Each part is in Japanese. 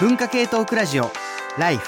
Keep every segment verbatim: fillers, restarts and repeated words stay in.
文化系トークラジオライフ。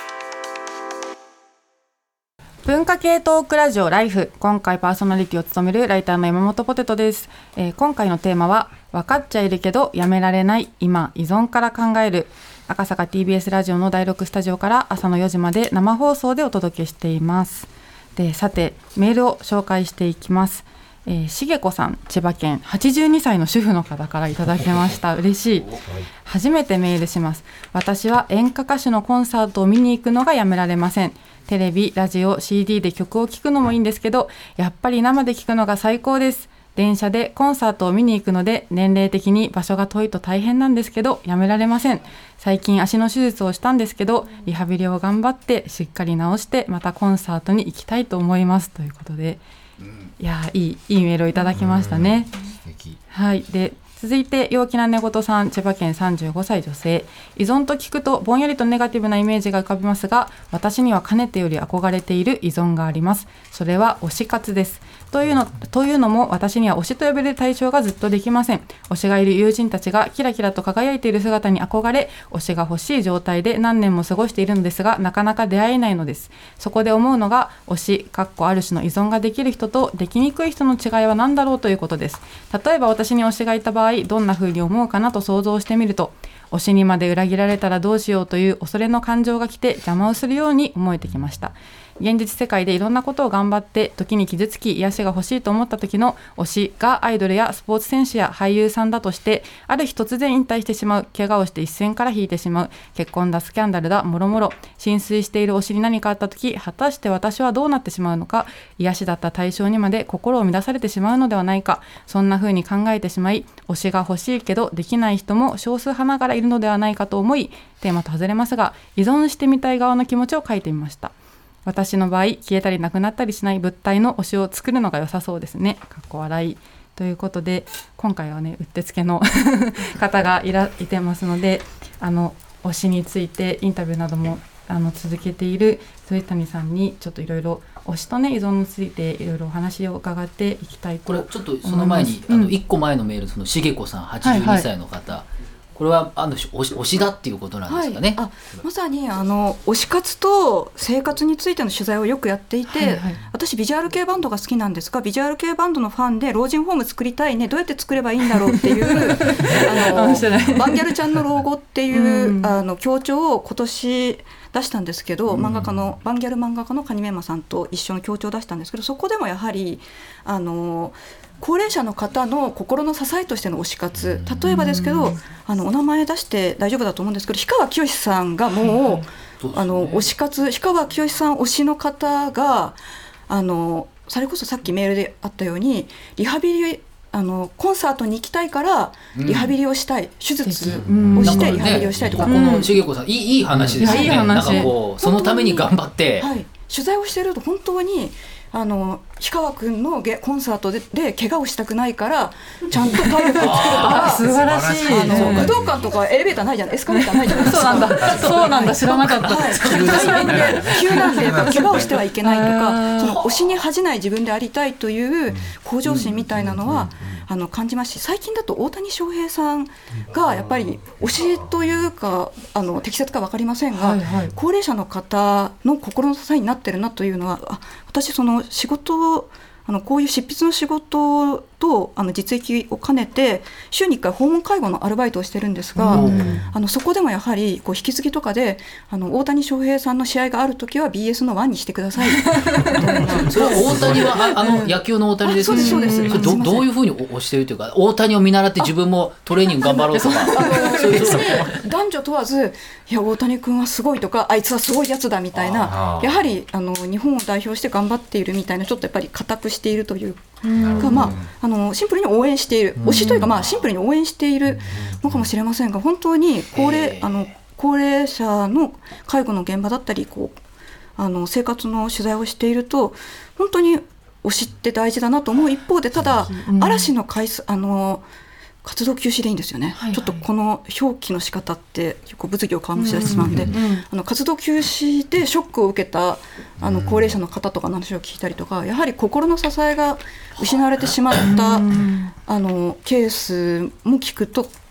文化系トークラジオライフ、今回パーソナリティを務めるライターの山本ポテトです。えー、今回のテーマは分かっちゃいるけどやめられない今依存から考える。赤坂 ティービーエス ラジオのだいろくスタジオから朝のよじまで生放送でお届けしています。でさてメールを紹介していきます。えー、しげこさん、千葉県はちじゅうにさいの主婦の方からいただきました。嬉しい。初めてメールします。私は演歌歌手のコンサートを見に行くのがやめられません。テレビ、ラジオ、シーディー で曲を聴くのもいいんですけど、やっぱり生で聴くのが最高です。電車でコンサートを見に行くので年齢的に場所が遠いと大変なんですけどやめられません。最近足の手術をしたんですけどリハビリを頑張ってしっかり治してまたコンサートに行きたいと思いますということで、うん、いやいい、いいメールをいただきましたね。素敵。はい。で続いて陽気な寝言さん、千葉県さんじゅうごさい女性。依存と聞くとぼんやりとネガティブなイメージが浮かびますが、私にはかねてより憧れている依存があります。それは推し活です。というの、というのも私には推しと呼べる対象がずっとできません。推しがいる友人たちがキラキラと輝いている姿に憧れ、推しが欲しい状態で何年も過ごしているのですが、なかなか出会えないのです。そこで思うのが、推し、かっこある種の依存ができる人とできにくい人の違いは何だろうということです。例えば私に推しがいた場合、どんな風に思うかなと想像してみると、推しにまで裏切られたらどうしようという恐れの感情が来て邪魔をするように思えてきました。現実世界でいろんなことを頑張って時に傷つき癒しが欲しいと思った時の推しがアイドルやスポーツ選手や俳優さんだとして、ある日突然引退してしまう、怪我をして一線から引いてしまう、結婚だスキャンダルだもろもろ、浸水している推しに何かあった時果たして私はどうなってしまうのか、癒しだった対象にまで心を乱されてしまうのではないか、そんな風に考えてしまい、推しが欲しいけどできない人も少数派ながらいるのではないかと思い、テーマと外れますが依存してみたい側の気持ちを書いてみました。私の場合、消えたりなくなったりしない物体の推しを作るのが良さそうですね。かっこ笑い。ということで、今回はね、うってつけの方がいらいてますので、あの推しについてインタビューなどもあの続けている添谷さんにちょっといろいろ推しとね依存についていろいろお話を伺っていきたいと思います。 これちょっとその前に、うん、あのいっこまえのメール、そのしげこさんはちじゅうにさいの方、はいはい、これはあの推し、推しだっていうことなんですかね。 はい、あまさにあの推し活と生活についての取材をよくやっていて、はいはい、私ビジュアル系バンドが好きなんですが、ビジュアル系バンドのファンで老人ホーム作りたいね、どうやって作ればいいんだろうっていうあのバンギャルちゃんの老後っていう、うん、あの強調を今年出したんですけど、漫画家のバンギャル漫画家のカニメマさんと一緒の強調を出したんですけど、そこでもやはりあの高齢者の方の心の支えとしての推し活、例えばですけど、あのお名前出して大丈夫だと思うんですけど、氷川きよしさんがもう、はいはい、あの推し活、氷川きよしさん推しの方があのそれこそさっきメールであったようにリハビリあのコンサートに行きたいからリハビリをしたい、うん、手術をしてリハビリをしたいとか、 このしげこさんいい、いい話ですよね。なんかこうそのために頑張って、 はい、取材をしていると本当にあの氷川君のコンサート で, で怪我をしたくないからちゃんと体力を作るとか素晴らしい、 あの武道館とかエレベーターないじゃない、エスカレーターないじゃないですか。 そうなんだ、そうなんだ、知らなかった、はい、 急なんで急なんで怪我をしてはいけないとか、その推しに恥じない自分でありたいという向上心みたいなのはあの感じますし、最近だと大谷翔平さんがやっぱり推しというかあの適切か分かりませんが、はいはい、高齢者の方の心の支えになってるなというのは、あ私その仕事をあのこういう執筆の仕事とあの実益を兼ねて週にいっかい訪問介護のアルバイトをしてるんですが、あのそこでもやはりこう引き継ぎとかであの大谷翔平さんの試合があるときは ビーエス のワンにしてくださいそれは大谷は あ, あの野球の大谷ですか、ね、 そうですそうです。 ど, どういうふうに推してるというか、大谷を見習って自分もトレーニング頑張ろうとかそういう男女問わず、いや大谷君はすごいとか、あいつはすごいやつだみたいな、やはりあの日本を代表して頑張っているみたいな、ちょっとやっぱり固くしているというか、まあ、あのシンプルに応援している、推しというか、まあ、シンプルに応援しているのかもしれませんが、本当に高齢、あの高齢者の介護の現場だったりこうあの生活の取材をしていると、本当に推しって大事だなと思う一方で、ただ、うん、嵐の回数あの活動休止でいいんですよね、はいはい、ちょっとこの表記の仕方って結構物議を醸し出してしまうので、うんうんうん、あの活動休止でショックを受けたあの高齢者の方とかの話を聞いたりとか、やはり心の支えが失われてしまった、うん、あのケースも聞くと、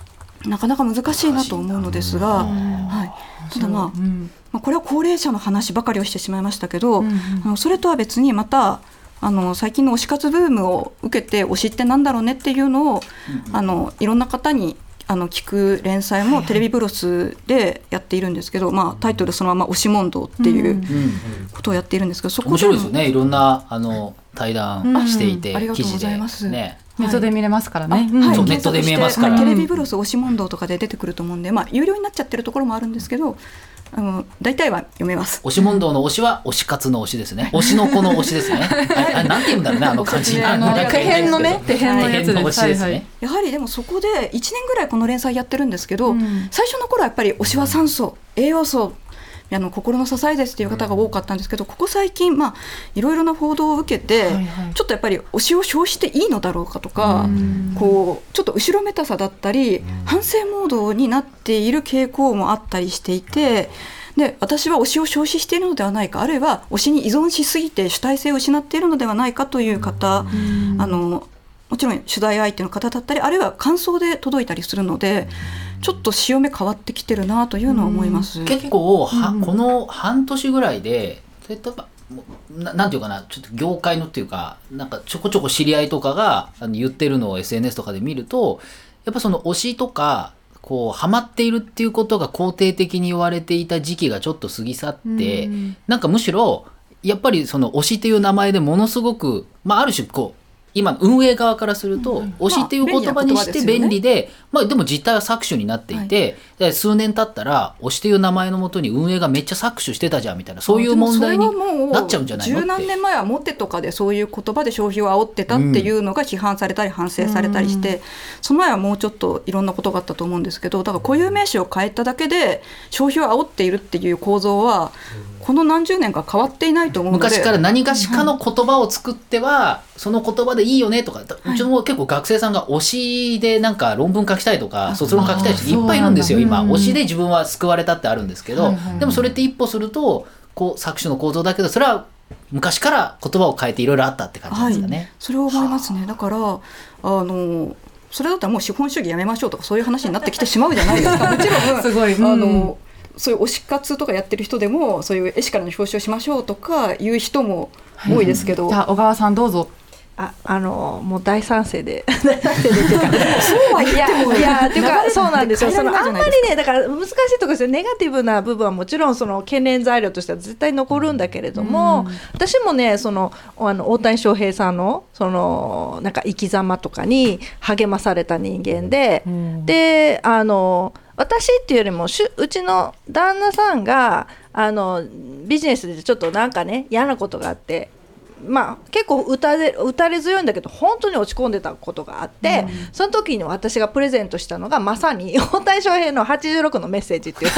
なかなか難しいなと思うのですが、はい、ただまあ、うんまあ、これは高齢者の話ばかりをしてしまいましたけど、うんうん、あのそれとは別にまたあの最近の推し活ブームを受けて推しってなんだろうねっていうのを、うんうん、あのいろんな方にあの聞く連載もテレビブロスでやっているんですけど、はいはいまあ、タイトルそのまま推し問答っていうことをやっているんですけど、そこで面白いですよね。いろんなあの対談していて、うん、 ありがとうございます、 ねネットで見れますからね、 はいうんはい、 ネットで見れますから、 はい、テレビブロス推し問答とかで出てくると思うんで、まあ、有料になっちゃってるところもあるんですけど、あの大体は読めます。 推し問答の推しは推し活の推しですね。推しの子の推しですね。あれなんて言うんだろうね、あの感じ。 あの手編のね、手編のやつです。 ですね。 やはりでもそこでいちねんぐらいこの連載やってるんですけど、うん、最初の頃はやっぱり推しは酸素、栄養素、あの心の支えですっていう方が多かったんですけど、ここ最近、まあ、いろいろな報道を受けて、はいはい、ちょっとやっぱり推しを消費していいのだろうかとか、こうちょっと後ろめたさだったり反省モードになっている傾向もあったりしていて、で私は推しを消費しているのではないか、あるいは推しに依存しすぎて主体性を失っているのではないかという方、あのもちろん取材相手の方だったり、あるいは感想で届いたりするので、ちょっと潮目変わってきてるなというのは思います。 結構は、うん、この半年ぐらいで例えばななんていうかな、ちょっと業界のっていうか、なんかちょこちょこ知り合いとかが言ってるのを エスエヌエス とかで見ると、やっぱその推しとかこうハマっているっていうことが肯定的に言われていた時期がちょっと過ぎ去って、うん、なんかむしろやっぱりその推しという名前でものすごく、まあ、ある種こう今運営側からすると、うん、推しっていう言葉にして便利で、まあ、でも実態は搾取になっていて、はい、数年経ったら推しという名前のもとに運営がめっちゃ搾取してたじゃんみたいな、そういう問題になっちゃうんじゃないのって。 十何年前はモテとかでそういう言葉で消費を煽ってたっていうのが批判されたり反省されたりして、うん、その前はもうちょっといろんなことがあったと思うんですけど、だから固有名詞を変えただけで消費を煽っているっていう構造はこの何十年か変わっていないと思うので、 昔から何がしかの言葉を作っては、うん、その言葉でいいよねとか、うちも結構学生さんが推しでなんか論文書きたいとか卒論書きたい人いっぱいいるんですよ今。推しで自分は救われたってあるんですけど、はいはいはい、でもそれって一歩するとこう搾取の構造だけど、それは昔から言葉を変えていろいろあったって感じなんですかね、はい、 それを思いますね。だからあのそれだったらもう資本主義やめましょうとかそういう話になってきてしまうじゃないですか。もちろんすごい、うん、あのそういう推し活とかやってる人でもそういうエシカルの表彰しましょうとかいう人も多いですけど、 はい、じゃあ小川さんどうぞ。 ああのもう大賛成で大賛成でっていうかそうは言ってもいやっていうかそうなんですよ。そのあんまりねだから難しいところですよ。ネガティブな部分はもちろんその懸念材料としては絶対残るんだけれども、うん、私もねそのあの大谷翔平さんのそのなんか生き様とかに励まされた人間で、うん、であの私っていうよりもうちの旦那さんがあのビジネスでちょっとなんかね嫌なことがあって、まあ、結構打たれ、打たれ強いんだけど本当に落ち込んでたことがあって、うん、その時に私がプレゼントしたのがまさに大谷翔平のはちじゅうろくのメッセージっていう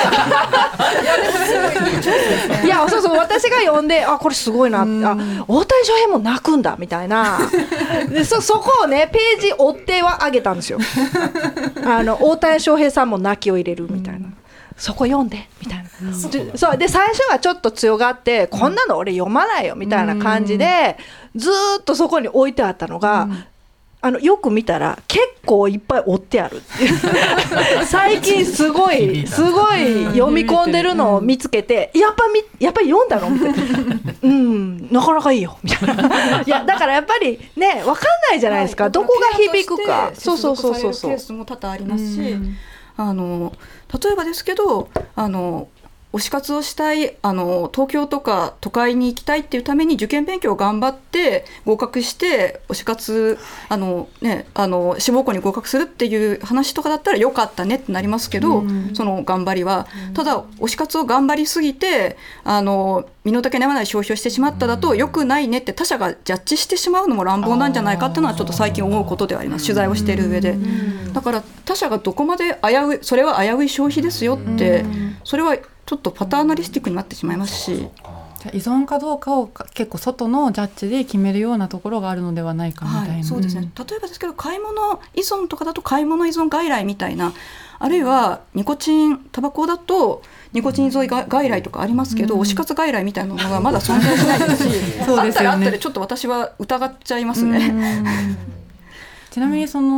いやそうそう私が読んであこれすごいなって、うん、あ大谷翔平も泣くんだみたいなで そ, そこをねページ追ってはあげたんですよ。あの大谷翔平さんも泣きを入れるみたいな、うんそこ読んでみたいな、うん、で, そうで最初はちょっと強がってこんなの俺読まないよみたいな感じで、うん、ずっとそこに置いてあったのが、うん、あのよく見たら結構いっぱい追ってあるっていう最近すごいすごい読み込んでるのを見つけて、やっぱみやっぱり読んだのみたいなうんなかなかいいよみたいないやだからやっぱりね分かんないじゃないですか、はい、どこが響くか。そうそうそうそうそうケースも多々ありますし、うんあの例えばですけどあの推し活をしたいあの東京とか都会に行きたいっていうために受験勉強を頑張って合格して推し活あの、ね、あの志望校に合格するっていう話とかだったらよかったねってなりますけど、うん、その頑張りはただ推し活を頑張りすぎてあの身の丈に合わない消費をしてしまっただと良くないねって他者がジャッジしてしまうのも乱暴なんじゃないかっていうのはちょっと最近思うことではあります。取材をしている上でだから他者がどこまで危ういそれは危うい消費ですよってそれはちょっとパターナリスティックになってしまいますし、じゃ依存かどうかを結構外のジャッジで決めるようなところがあるのではないかみたいな、はい、 そうですね。例えばですけど買い物依存とかだと買い物依存外来みたいなあるいはニコチンタバコだとニコチン依存外来とかありますけど、うん、推し活外来みたいなのがまだ存在しないですしそうですよね、あったらあったでちょっと私は疑っちゃいますね。 ちなみにその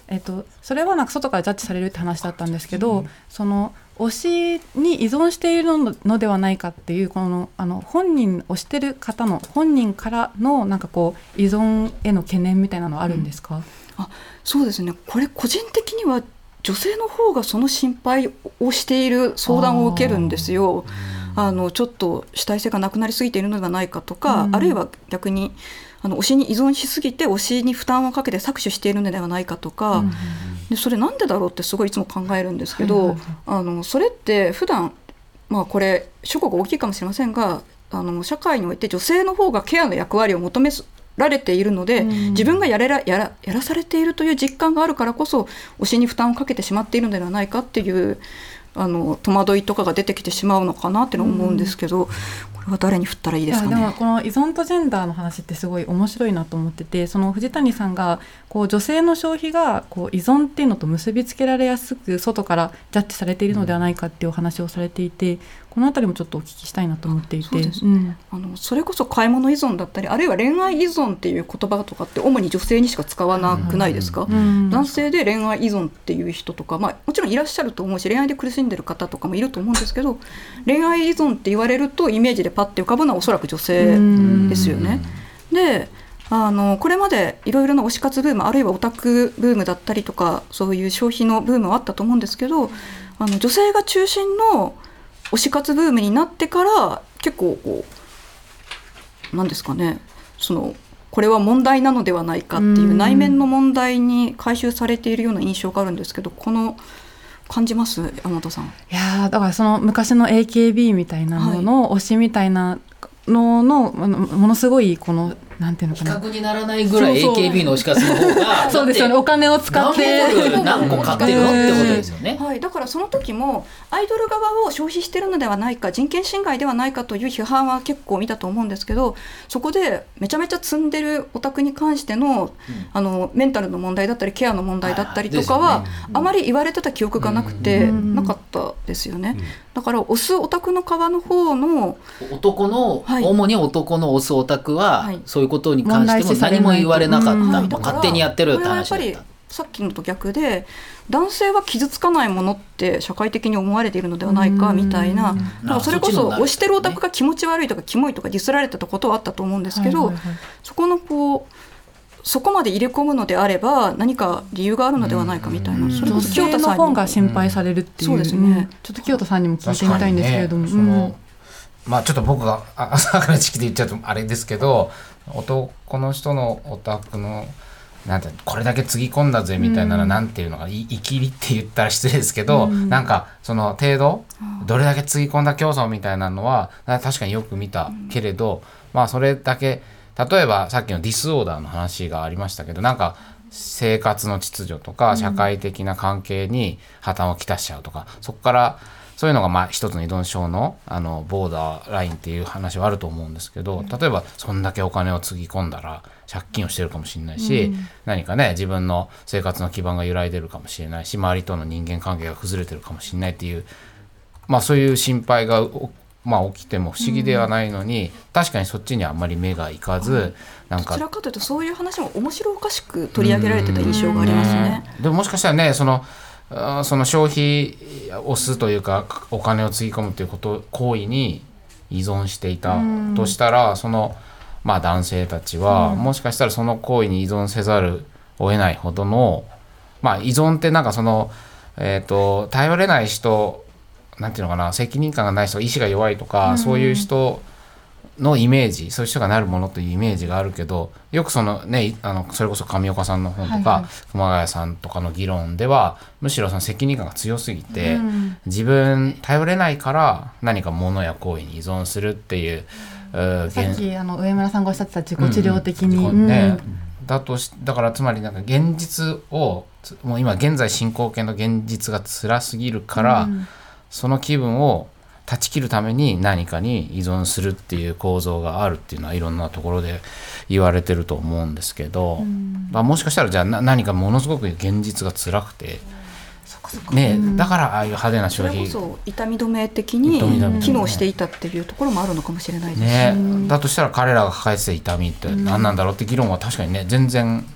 えっと、それはなんか外からジャッジされるって話だったんですけど、その推しに依存しているのではないかっていうこのあの本人推してる方の本人からのなんかこう依存への懸念みたいなのはあるんですか？ うん、あ、そうですね、これ個人的には女性の方がその心配をしている相談を受けるんですよ。あのちょっと主体性がなくなりすぎているのではないかとか、うん、あるいは逆にあの推しに依存しすぎて推しに負担をかけて搾取しているのではないかとか、うん、でそれなんでだろうってすごいいつも考えるんですけど、はいはいはい、あのそれって普段、まあ、これ諸国大きいかもしれませんが、あの社会において女性の方がケアの役割を求められているので、うん、自分がやれら、やら、やらされているという実感があるからこそ推しに負担をかけてしまっているのではないかっていうあの戸惑いとかが出てきてしまうのかなって思うんですけど、うん、これは誰に振ったらいいですかね。 いやでもこの依存とジェンダーの話ってすごい面白いなと思ってて、その藤谷さんがこう女性の消費がこう依存っていうのと結びつけられやすく外からジャッジされているのではないかっていうお話をされていて、このあたりもちょっとお聞きしたいなと思っていて。 そうですね、うん、あのそれこそ買い物依存だったり、あるいは恋愛依存っていう言葉とかって主に女性にしか使わなくないですか、うんうん、男性で恋愛依存っていう人とか、まあ、もちろんいらっしゃると思うし、恋愛で苦しんでる方とかもいると思うんですけど、恋愛依存って言われるとイメージでパッて浮かぶのはおそらく女性ですよね。で、あのこれまでいろいろな推し活ブーム、あるいはオタクブームだったりとか、そういう消費のブームはあったと思うんですけど、あの女性が中心の推し活ブームになってから結構こうなんですかね、そのこれは問題なのではないかっていう内面の問題に回収されているような印象があるんですけど、この感じます山本さん？いやだからその昔の エーケービー みたいなのの推しみたいなののものすごいこのなんていうのかな、 比較にならないぐらい エーケービー の推し活の方がそうですよね、お金を使って何個買ってるのってことですよね、 はい、だからその時もアイドル側を消費してるのではないか、人権侵害ではないかという批判は結構見たと思うんですけど、そこでめちゃめちゃ積んでるオタクに関しての、うん、あのメンタルの問題だったりケアの問題だったりとかは、ね、あまり言われてた記憶がなくて、うん、なかったですよね、うん、だから推すオタクの側の方の男の、はい、主に男の推すオタクは、はい、そういうことに関しても何も言われなかった、 うんはい、 勝手にやってるって話だった。 これはやっぱりさっきのと逆で、男性は傷つかないものって社会的に思われているのではないかみたいな、だからそれこそ推してるオタクが気持ち悪いとかキモいとかディスられてたことはあったと思うんですけど、はいはいはい、そこのこうそこまで入れ込むのであれば何か理由があるのではないかみたいな、それこそ清田さんにの方が心配されるっていう、 そうですね、 ちょっと清田さんにも聞いてみたいんですけれども、ね、そのまあ、ちょっと僕が浅はかな知識で言っちゃうとあれですけど、男の人のオタクのなんてこれだけつぎ込んだぜみたいなの、うん、なんていうのがいいきりって言ったら失礼ですけど、うん、なんかその程度どれだけつぎ込んだ競争みたいなのは確かによく見たけれど、うん、まあそれだけ例えばさっきのディスオーダーの話がありましたけど、なんか生活の秩序とか社会的な関係に破綻をきたしちゃうとか、そこからそういうのがまあ一つの依存症 の, あのボーダーラインっていう話はあると思うんですけど、例えばそんだけお金をつぎ込んだら借金をしてるかもしれないし、うん、何かね自分の生活の基盤が揺らいでるかもしれないし、周りとの人間関係が崩れてるかもしれないっていう、まあそういう心配が、まあ、起きても不思議ではないのに、うん、確かにそっちにあんまり目がいかず、うん、なんかどちらかというとそういう話も面白おかしく取り上げられてた印象がありますね。 うん、でももしかしたらね、そのその消費をすというかお金をつぎ込むということ行為に依存していたとしたら、そのまあ男性たちはもしかしたらその行為に依存せざるを得ないほどの、まあ依存ってなんかそのえっと頼れない人、なんていうのかな、責任感がない人、意志が弱いとか、そういう人のイメージ、そういう人がなるものというイメージがあるけど、よくそのね、あのそれこそ上岡さんの本とか、はいはい、熊谷さんとかの議論ではむしろその責任感が強すぎて、うん、自分頼れないから何か物や行為に依存するっていう、 うん、さっきあの上村さんがおっしゃってた自己治療的に、 うんね、だとしだからつまりなんか現実をもう今現在進行形の現実が辛すぎるから、うん、その気分を断ち切るために何かに依存するっていう構造があるっていうのはいろんなところで言われてると思うんですけど、うんまあ、もしかしたらじゃあ何かものすごく現実が辛くて、ね、だからああいう派手な消費、 それこそ痛み止め的に機能していたっていうところもあるのかもしれないですね。だとしたら彼らが抱えてた痛みって何なんだろうって議論は確かにね全然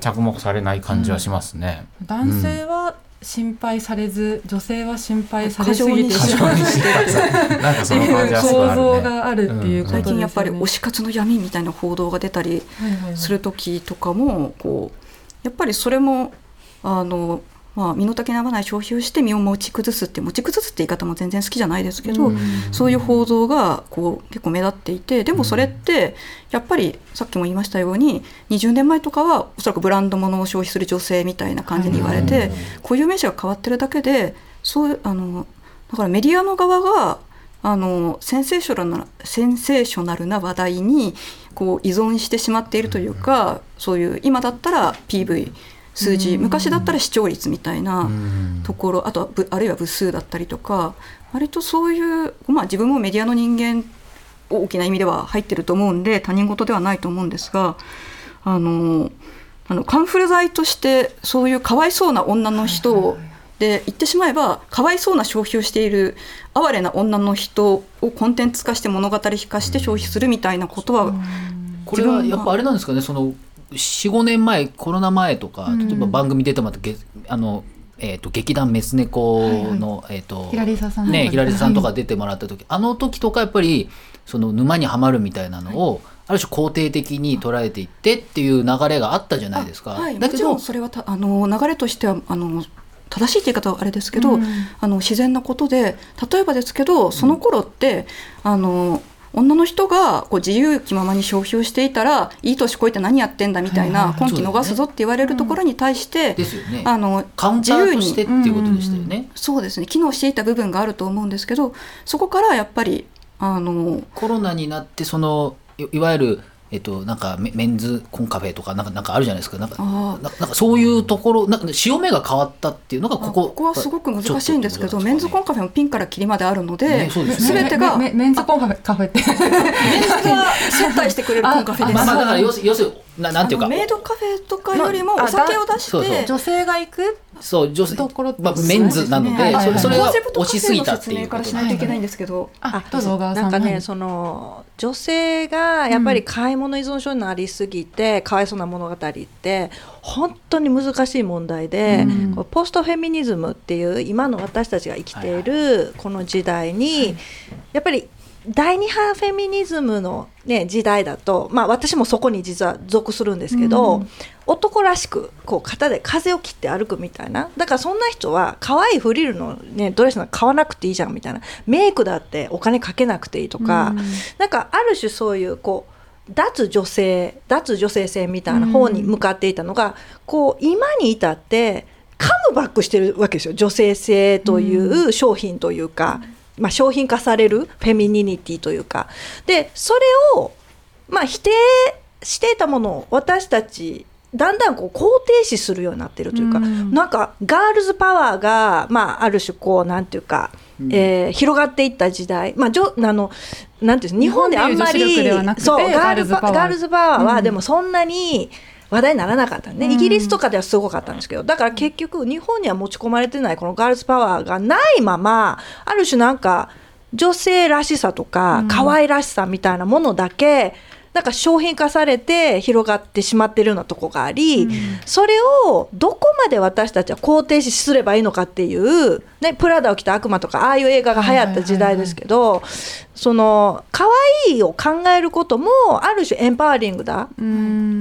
着目されない感じはしますね、 うん、男性は心配されず、うん、女性は心配されすぎてしまうなんかその感じはすごいあるね、 想像があるっていうことですよね、 最近やっぱり推し活の闇みたいな報道が出たりする時とかもこうやっぱりそれもあのまあ、身の丈に合わない消費をして身を持ち崩すって持ち崩すって言い方も全然好きじゃないですけど、うん、そういう報道がこう結構目立っていて、でもそれってやっぱりさっきも言いましたようににじゅうねんまえとかはおそらくブランド物を消費する女性みたいな感じに言われて、固有名詞が変わってるだけで、そうあのだからメディアの側があのセンセーショナルな、センセーショナルな話題にこう依存してしまっているというか、そういう今だったら ピーブイ数字、昔だったら視聴率みたいなところ、あとはあるいは部数だったりとか、割とそういう、まあ、自分もメディアの人間大きな意味では入ってると思うんで他人事ではないと思うんですが、あのあのカンフル剤としてそういうかわいそうな女の人を、で言ってしまえばかわいそうな消費をしている哀れな女の人をコンテンツ化して物語化して消費するみたいなことは、 これはやっぱあれなんですかね、その よん,ご 年前コロナ前とか、例えば番組出てもらったあの、えー、と劇団メス猫の、はいはい、えー、とヒラリサさん、 ね、ヒラリサさんとか出てもらった時、あの時とかやっぱりその沼にはまるみたいなのを、はい、ある種肯定的に捉えていってっていう流れがあったじゃないですか。 はい、 だけどもちろんそれはたあの流れとしてはあの正しいって言い方はあれですけど、うん、あの自然なことで、例えばですけどその頃って、うん、あの女の人がこう自由気ままに消費をしていたらいい年こいて何やってんだみたいな、今期逃すぞって言われるところに対して、 ですよね、 あのカウンターとしてっていうことでしたよね、 うんうん、そうですね、機能していた部分があると思うんですけど、そこからやっぱりあのコロナになってその い, いわゆるえっと、なんか メ, メンズコンカフェとかなんか、なんかあるじゃないですか、なんかなんかそういうところなんか潮目が変わったっていうのがここここはすごく難しいんですけど、メンズコンカフェもピンからキリまであるので、 ね、そうですね、 全てがメ, メンズコンカフェカフェってメンズが接待してくれるコンカフェです。 まあ、だから要するにななんていうかメイドカフェとかよりもお酒を出してそうそう女性が行くそう女性ところ、 まあ、メンズなので、 はいはいはい、 それが押しすぎたっていうからしないといけないんですけど、 あどうぞ小川さん。 なんかね、その女性がやっぱり買い物依存症になりすぎて、うん、かわいそうな物語って本当に難しい問題で、うん、ポストフェミニズムっていう今の私たちが生きているこの時代に、はいはい、やっぱり第二波フェミニズムの、ね、時代だと、まあ、私もそこに実は属するんですけど、うん、男らしくこう肩で風を切って歩くみたいな、だからそんな人は可愛いフリルの、ね、ドレスなんか買わなくていいじゃんみたいな、メイクだってお金かけなくていいとか、うん、なんかある種そういうこう脱女性脱女性性みたいな方に向かっていたのが、うん、こう今に至ってカムバックしてるわけですよ。女性性という商品というか、うんまあ、商品化されるフェミニニティというかで、それを、まあ、否定していたものを私たちだんだんこう肯定視するようになっているというか、うん、なんかガールズパワーが、まあ、ある種こうなんていうか、うんえー、広がっていった時代、まあ、じょあのなんていう日本であんまりそうガールズパワー、ガールズパワーはでもそんなに話題にならなかったね、うん、イギリスとかではすごかったんですけど、だから結局日本には持ち込まれてないこのガールズパワーがないまま、ある種なんか女性らしさとか可愛らしさみたいなものだけなんか商品化されて広がってしまっているようなとこがあり、うん、それをどこまで私たちは肯定視すればいいのかっていう、ね、プラダを着た悪魔とかああいう映画が流行った時代ですけど、はいはいはいはい、その可愛いを考えることもある種エンパワリングだ、うん、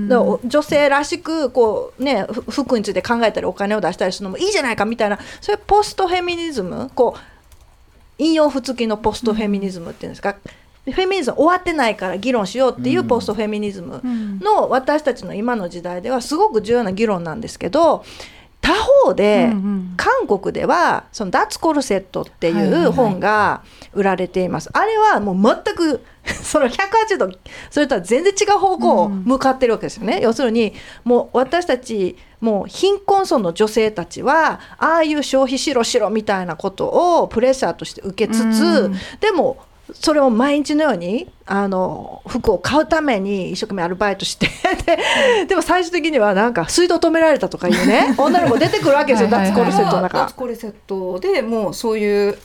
だ女性らしくこう、ね、服について考えたりお金を出したりするのもいいじゃないかみたいな、そういうポストフェミニズム、こう引用符付きのポストフェミニズムっていうんですか、フェミニズム終わってないから議論しようっていうポストフェミニズムの私たちの今の時代ではすごく重要な議論なんですけど、他方で韓国ではその脱コルセットっていう本が売られています。あれはもう全くそのひゃくはちじゅうどそれとは全然違う方向を向かってるわけですよね。要するにもう私たちもう貧困層の女性たちはああいう消費しろしろみたいなことをプレッシャーとして受けつつ、でもそれを毎日のようにあの服を買うために一生懸命アルバイトしてで, でも最終的にはなんか水道止められたとかいうね女の子出てくるわけですよ。脱コルセットの中、 脱コルセットでもうそういう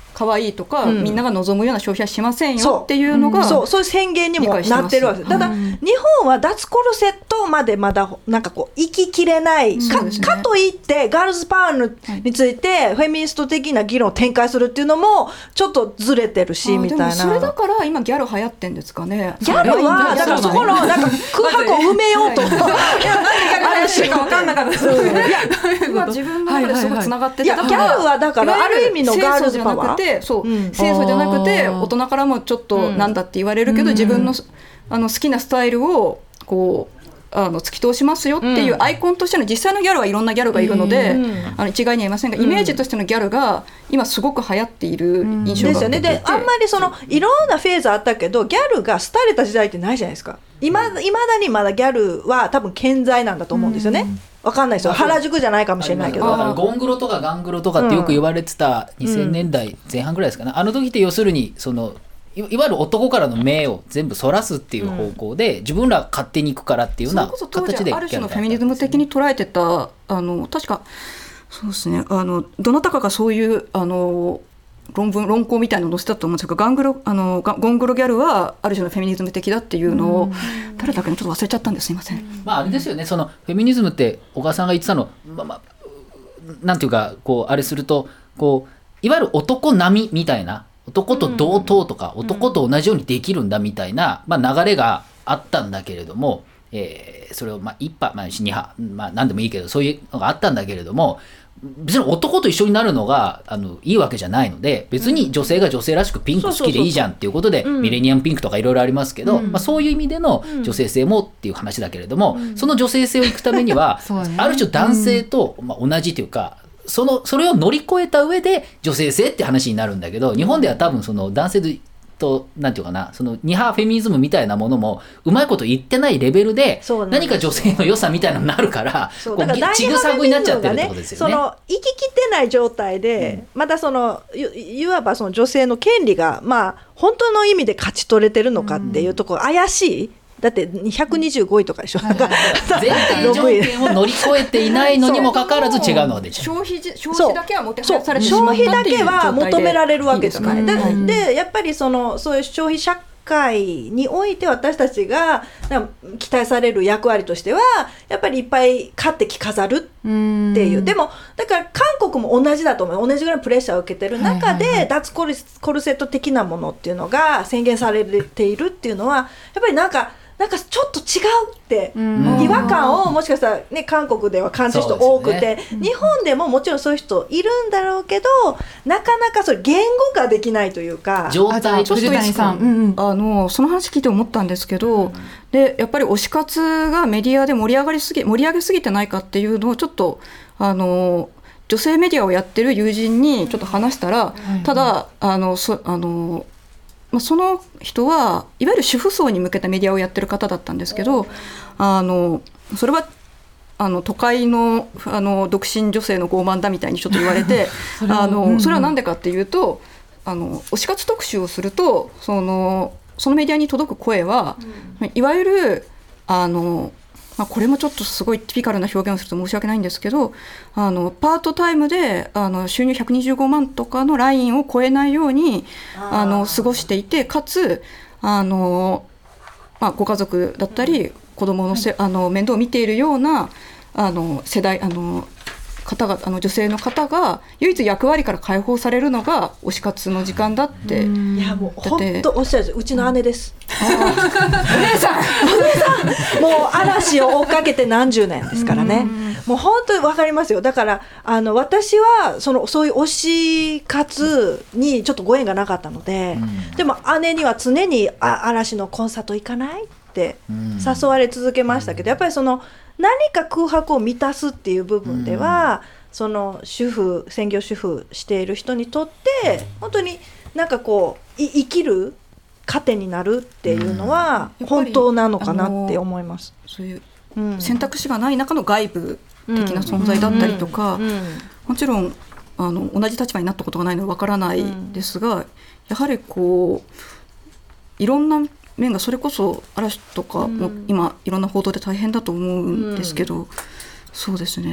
可愛いとか、 うん、 みんなが望むような消費はしませんよっていうのが、 そう、そういう宣言にもなってるわけです。ただ、うん、日本は脱コルセットまでまだなんかこう行ききれない、うん、か, ね、かといってガールズパワーについてフェミニスト的な議論を展開するっていうのもちょっずれてるしみたいな。でもそれだから今ギャル流行ってんですかね。 ギャルはだからそこのなんか空白を埋めようと、いやなんでギャル流行ってるか分かんなかったですよね。 いや自分の中ですごいつながってて、 いやギャルはだからある意味のガールズパワー、 そう、清楚じゃなくて大人からもちょっとなんだって言われるけど、自分のあの好きなスタイルをこうあの突き通しますよっていうアイコンとしての、実際のギャルはいろんなギャルがいるので、うん、あの一概には言いませんが、イメージとしてのギャルが今すごく流行っている印象があって、うん、ですよね。であんまりそのいろんなフェーズあったけどギャルが廃れた時代ってないじゃないですか。いまだにまだギャルは多分健在なんだと思うんですよね。わかんないですよ、原宿じゃないかもしれないけど、 ゴングロとかガングロとかってよく言われてたにせんねんだいぜん半ぐらいですかね、うん、あの時って要するにそのいわゆる男からの目を全部そらすっていう方向で、うん、自分ら勝手に行くからっていうような形で、 ある種のフェミニズム的に捉えてた、あの確かそうですね、あのどなたかがそういうあの論文論考みたいなのを載せたと思うんですけど、ガングロあのゴングロギャルはある種のフェミニズム的だっていうのを、うん、誰だかにちょっと忘れちゃったんです、すいません、うん、 まああれですよね、そのフェミニズムって小川さんが言ってたの、まあまあ、なんていうかこうあれするとこういわゆる男並みみたいな、男と同等とか、うん、男と同じようにできるんだみたいな、まあ、流れがあったんだけれども、えー、それをまあ一派、まあ、二派、まあ、何でもいいけどそういうのがあったんだけれども、別に男と一緒になるのがあのいいわけじゃないので、別に女性が女性らしくピンク好きでいいじゃんっていうことで、ミレニアムピンクとかいろいろありますけど、うんまあ、そういう意味での女性性もっていう話だけれども、うん、その女性性をいくためには、ね、ある種男性と、まあ、同じというか、そのそれを乗り越えた上で女性性って話になるんだけど、日本では多分その男性となんていうかな、その二派フェミニズムみたいなものもうまいこと言ってないレベルで何か女性の良さみたいなのになるから、こうちぐさぐになっちゃってるってことですよね。 その生ききってない状態で、うん、またその い, いわばその女性の権利がまあ本当の意味で勝ち取れてるのかっていうところ、怪しい。だってひゃくにじゅうごいとかでしょ、はいはい、 全体条件を乗り越えていないのにもかかわらず違うのが出ちゃう。 消費、消費だけはもてはやされてしまったっていう消費だけは求められるわけじゃない。 いいですかね。 で、でやっぱりそのそういう消費社会において私たちが期待される役割としてはやっぱりいっぱい買って着飾るっていう、でもだから韓国も同じだと思う。同じぐらいプレッシャーを受けてる中で、はいはいはい、脱コル、コルセット的なものっていうのが宣言されているっていうのはやっぱりなんかなんかちょっと違うって違和感をもしかしたら、ね、韓国では感じる人多くて、ね、日本でももちろんそういう人いるんだろうけど、なかなかそれ言語化できないというか、 状態ちょっといいですか、うんうん、あのその話聞いて思ったんですけど、うん、でやっぱり推し活がメディアで盛り上がりすぎ盛り上げすぎてないかっていうのをちょっとあの女性メディアをやってる友人にちょっと話したら、うん、ただあのそあのまあ、その人はいわゆる主婦層に向けたメディアをやってる方だったんですけど、あのそれはあの都会 の, あの独身女性の傲慢だみたいにちょっと言われてそ, れあの、うん、それはなんでかっていうと、あの推し活特集をするとそのそのメディアに届く声は、うん、いわゆるあのまあ、これもちょっとすごいティピカルな表現をすると申し訳ないんですけど、あのパートタイムであの収入ひゃくにじゅうごまんとかのラインを超えないようにあの過ごしていて、かつあの、まあ、ご家族だったり子供のせ、はい、あの面倒を見ているようなあの世代あの方があの女性の方が唯一役割から解放されるのが推し活の時間だって。 いやもう本当おっしゃるんです。うちの姉です、うん、お姉さんお姉さんもう嵐を追っかけて何十年ですからね。もう本当に分かりますよ。だからあの私はそのそういう推し活にちょっとご縁がなかったので、でも姉には常にあ嵐のコンサート行かないって誘われ続けましたけど、やっぱりその何か空白を満たすっていう部分では、うん、その主婦専業主婦している人にとって本当になんかこう生きる糧になるっていうのは本当なのかなって思います、 うん、そういう選択肢がない中の外部的な存在だったりとか、うんうんうん、もちろんあの同じ立場になったことがないのでわからないですが、うん、やはりこういろんな面がそれこそ嵐とかも今いろんな報道で大変だと思うんですけど、うん、そうですね、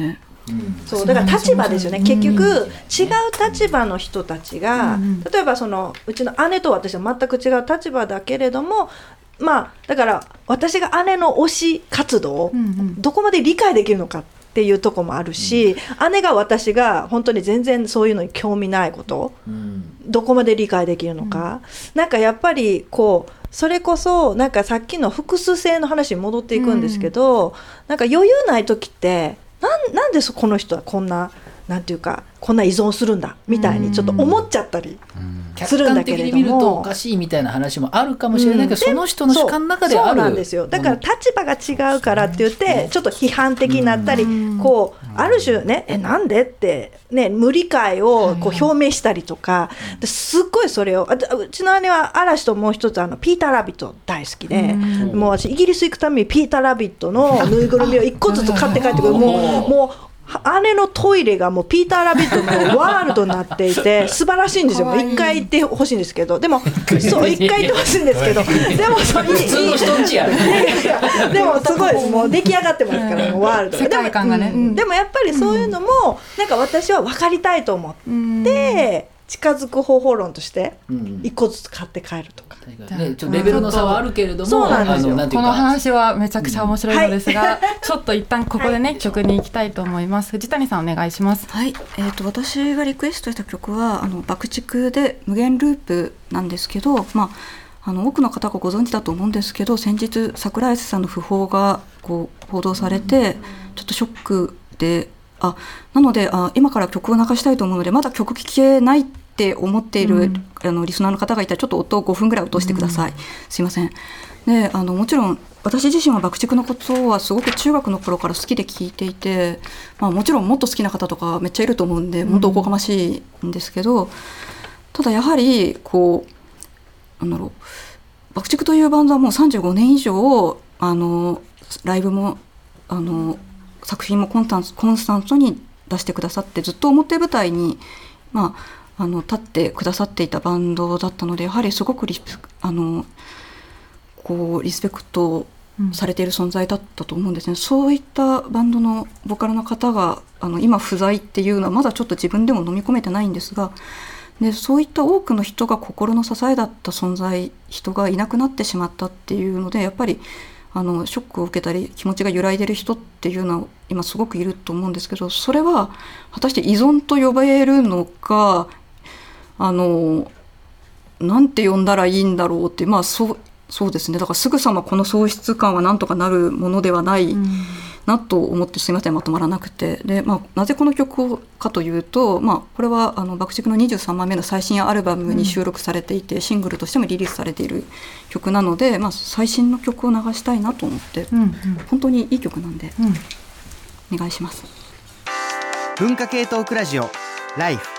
そうだから立場ですよね、結局違う立場の人たちが、例えばそのうちの姉と私は全く違う立場だけれども、まあだから私が姉の推し活動をどこまで理解できるのかっていうところもあるし、姉が私が本当に全然そういうのに興味ないことどこまで理解できるのか、なんかやっぱりこうそれこそなんかさっきの複数性の話に戻っていくんですけど、なんか余裕ない時ってなん、なんでこの人はこんななんていうかこんな依存するんだみたいにちょっと思っちゃったりするんだけれども、 客観的に見るとおかしいみたいな話もあるかもしれないけど、うん、その人の主観の中である。 そうなんですよ。だから立場が違うからって言ってちょっと批判的になったり、こうある種ね、えなんでってね無理解をこう表明したりとか、すっごいそれをあうちの姉は嵐ともう一つあのピーターラビット大好きで、もう私イギリス行くためにピーターラビットのぬいぐるみを一個ずつ買って帰ってくる。もうもう姉のトイレがもうピーターラビットのワールドになっていて素晴らしいんですよ。一回行ってほしいんですけど、でもそう一回行ってほしいんですけど、でもそう普通の人んちやね。 でもすごいです。もう出来上がってますからもうワールドが。 世界観がね。 でも、うん、でもやっぱりそういうのもなんか私は分かりたいと思って近づく方法論として一個ずつ買って帰るとか。 ね、ちょっとレベルの差はあるけれども、 そうなんですよ。 あのこの話はめちゃくちゃ面白いのですが、うんはい、ちょっと一旦ここでね、はい、曲に行きたいと思います。藤谷さんお願いします。 はい、えーと、私がリクエストした曲はあの爆竹で無限ループなんですけど、まあ、あの多くの方がご存知だと思うんですけど、先日桜井さんの訃報がこう報道されてちょっとショックで、あなのであ今から曲を流したいと思うのでまだ曲聴けないって思っている、うん、あのリスナーの方がいたらちょっと音をごふんぐらい落としてください、うん、すいません。であのもちろん私自身は爆竹のことはすごく中学の頃から好きで聴いていて、まあ、もちろんもっと好きな方とかめっちゃいると思うんで本当おこがましいんですけど、うん、ただやはりこうなんだろう爆竹というバンドはもうさんじゅうごねん以上あのライブもあの作品もコンスタント、コンスタントに出してくださってずっと表舞台に、まあ、あの立ってくださっていたバンドだったのでやはりすごくリスあのこうリスペクトされている存在だったと思うんですね、うん、そういったバンドのボーカルの方があの今不在っていうのはまだちょっと自分でも飲み込めてないんですが、でそういった多くの人が心の支えだった存在人がいなくなってしまったっていうのでやっぱりあのショックを受けたり気持ちが揺らいでる人っていうのは今すごくいると思うんですけど、それは果たして依存と呼べるのかあのなんて呼んだらいいんだろうって、まあそうそうですね、だからすぐさまこの喪失感はなんとかなるものではないなと思って、すいませんまとまらなくて、で、まあ、なぜこの曲かというと、まあ、これはあの爆竹のにじゅうさんまいめの最新アルバムに収録されていて、うん、シングルとしてもリリースされている曲なので、まあ、最新の曲を流したいなと思って、うんうん、本当にいい曲なんで、うん、お願いします。 文化系トークラジオライフ